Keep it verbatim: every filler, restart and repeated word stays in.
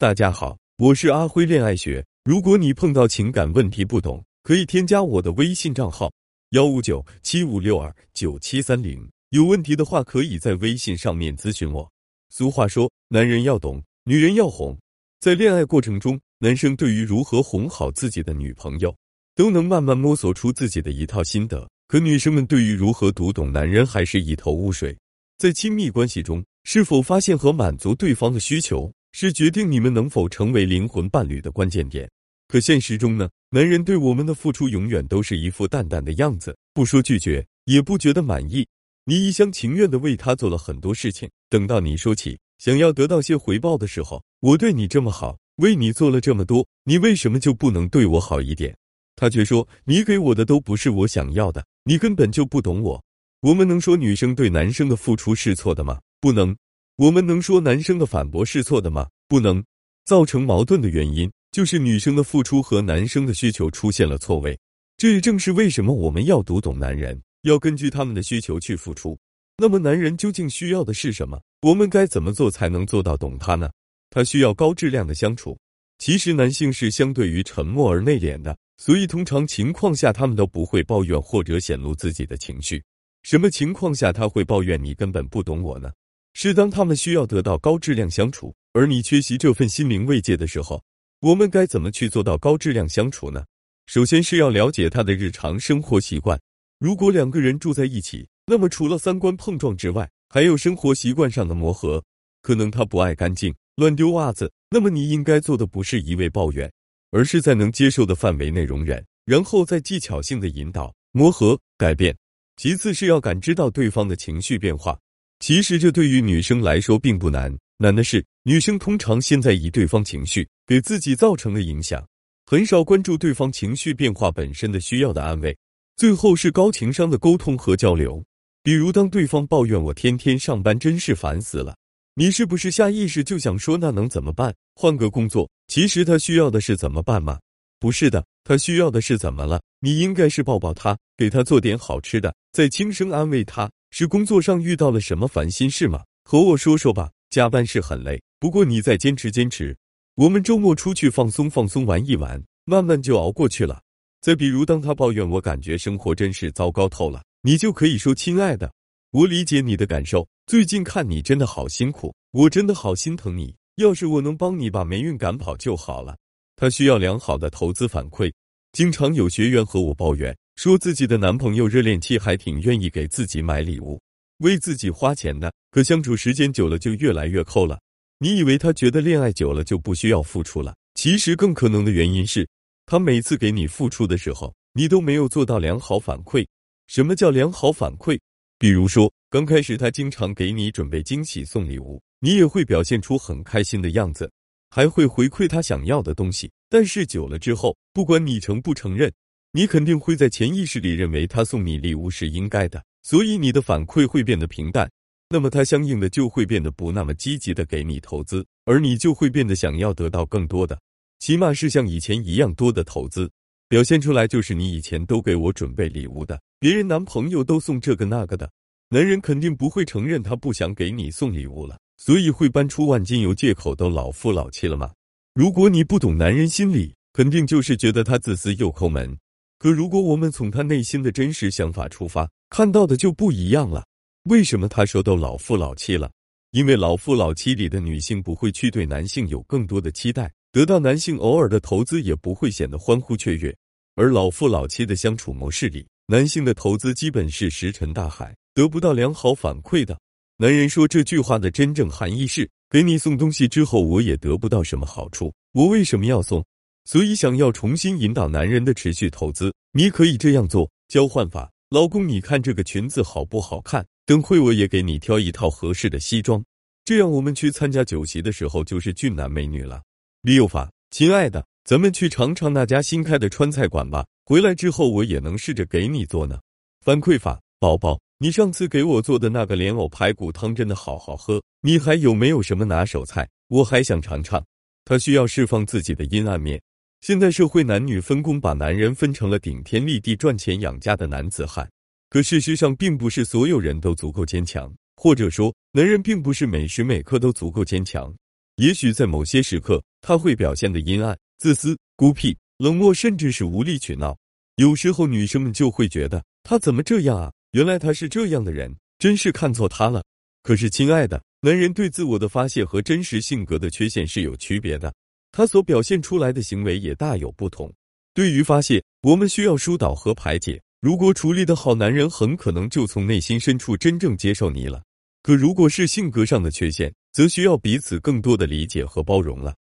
大家好，我是阿辉恋爱学。如果你碰到情感问题不懂，可以添加我的微信账号幺五九七五六二九七三零，有问题的话可以在微信上面咨询我。俗话说，男人要懂，女人要哄。在恋爱过程中，男生对于如何哄好自己的女朋友，都能慢慢摸索出自己的一套心得。可女生们对于如何读懂男人还是一头雾水。在亲密关系中，是否发现和满足对方的需求，是决定你们能否成为灵魂伴侣的关键点。可现实中呢，男人对我们的付出永远都是一副淡淡的样子，不说拒绝，也不觉得满意。你一厢情愿地为他做了很多事情，等到你说起想要得到些回报的时候，我对你这么好，为你做了这么多，你为什么就不能对我好一点？他却说，你给我的都不是我想要的，你根本就不懂我。我们能说女生对男生的付出是错的吗？不能。我们能说男生的反驳是错的吗？不能。造成矛盾的原因，就是女生的付出和男生的需求出现了错位。这也正是为什么我们要读懂男人，要根据他们的需求去付出。那么男人究竟需要的是什么？我们该怎么做才能做到懂他呢？他需要高质量的相处。其实男性是相对于沉默而内敛的，所以通常情况下他们都不会抱怨或者显露自己的情绪。什么情况下他会抱怨你根本不懂我呢？是当他们需要得到高质量相处，而你缺席这份心灵慰藉的时候。我们该怎么去做到高质量相处呢？首先是要了解他的日常生活习惯。如果两个人住在一起，那么除了三观碰撞之外，还有生活习惯上的磨合。可能他不爱干净，乱丢袜子，那么你应该做的不是一味抱怨，而是在能接受的范围内容忍，然后再技巧性的引导、磨合、改变。其次是要感知到对方的情绪变化。其实这对于女生来说并不难，难的是女生通常现在以对方情绪给自己造成的影响，很少关注对方情绪变化本身的需要的安慰。最后是高情商的沟通和交流。比如当对方抱怨我天天上班真是烦死了，你是不是下意识就想说那能怎么办？换个工作。其实他需要的是怎么办吗？不是的，他需要的是怎么了？你应该是抱抱他，给他做点好吃的，再轻声安慰他。是工作上遇到了什么烦心事吗？和我说说吧。加班是很累，不过你再坚持坚持，我们周末出去放松放松玩一玩，慢慢就熬过去了。再比如当他抱怨我感觉生活真是糟糕透了，你就可以说，亲爱的，我理解你的感受，最近看你真的好辛苦，我真的好心疼你，要是我能帮你把霉运赶跑就好了。他需要良好的投资反馈。经常有学员和我抱怨，说自己的男朋友热恋期还挺愿意给自己买礼物，为自己花钱的，可相处时间久了就越来越抠了。你以为他觉得恋爱久了就不需要付出了，其实更可能的原因是，他每次给你付出的时候，你都没有做到良好反馈。什么叫良好反馈？比如说，刚开始他经常给你准备惊喜送礼物，你也会表现出很开心的样子，还会回馈他想要的东西。但是久了之后，不管你承不承认，你肯定会在潜意识里认为他送你礼物是应该的，所以你的反馈会变得平淡，那么他相应的就会变得不那么积极的给你投资，而你就会变得想要得到更多的，起码是像以前一样多的投资。表现出来就是你以前都给我准备礼物的，别人男朋友都送这个那个的，男人肯定不会承认他不想给你送礼物了，所以会搬出万金油借口，都老夫老妻了吗？如果你不懂男人心理，肯定就是觉得他自私又抠门。可如果我们从他内心的真实想法出发，看到的就不一样了。为什么他说都老夫老妻了？因为老夫老妻里的女性不会去对男性有更多的期待，得到男性偶尔的投资也不会显得欢呼雀跃。而老夫老妻的相处模式里，男性的投资基本是石沉大海，得不到良好反馈的。男人说这句话的真正含义是，给你送东西之后我也得不到什么好处，我为什么要送？所以想要重新引导男人的持续投资，你可以这样做。交换法：老公，你看这个裙子好不好看？等会我也给你挑一套合适的西装，这样我们去参加酒席的时候就是俊男美女了。利诱法：亲爱的，咱们去尝尝那家新开的川菜馆吧，回来之后我也能试着给你做呢。反馈法：宝宝，你上次给我做的那个莲藕排骨汤真的好好喝，你还有没有什么拿手菜？我还想尝尝。他需要释放自己的阴暗面。现在社会男女分工把男人分成了顶天立地赚钱养家的男子汉，可事实上并不是所有人都足够坚强，或者说男人并不是每时每刻都足够坚强。 也许在某些时刻，他会表现得阴暗、自私、孤僻、冷漠，甚至是无理取闹。有时候女生们就会觉得他怎么这样啊？原来他是这样的人，真是看错他了。可是亲爱的，男人对自我的发泄和真实性格的缺陷是有区别的，他所表现出来的行为也大有不同。对于发泄，我们需要疏导和排解，如果处理得好，男人很可能就从内心深处真正接受你了。可如果是性格上的缺陷，则需要彼此更多的理解和包容了。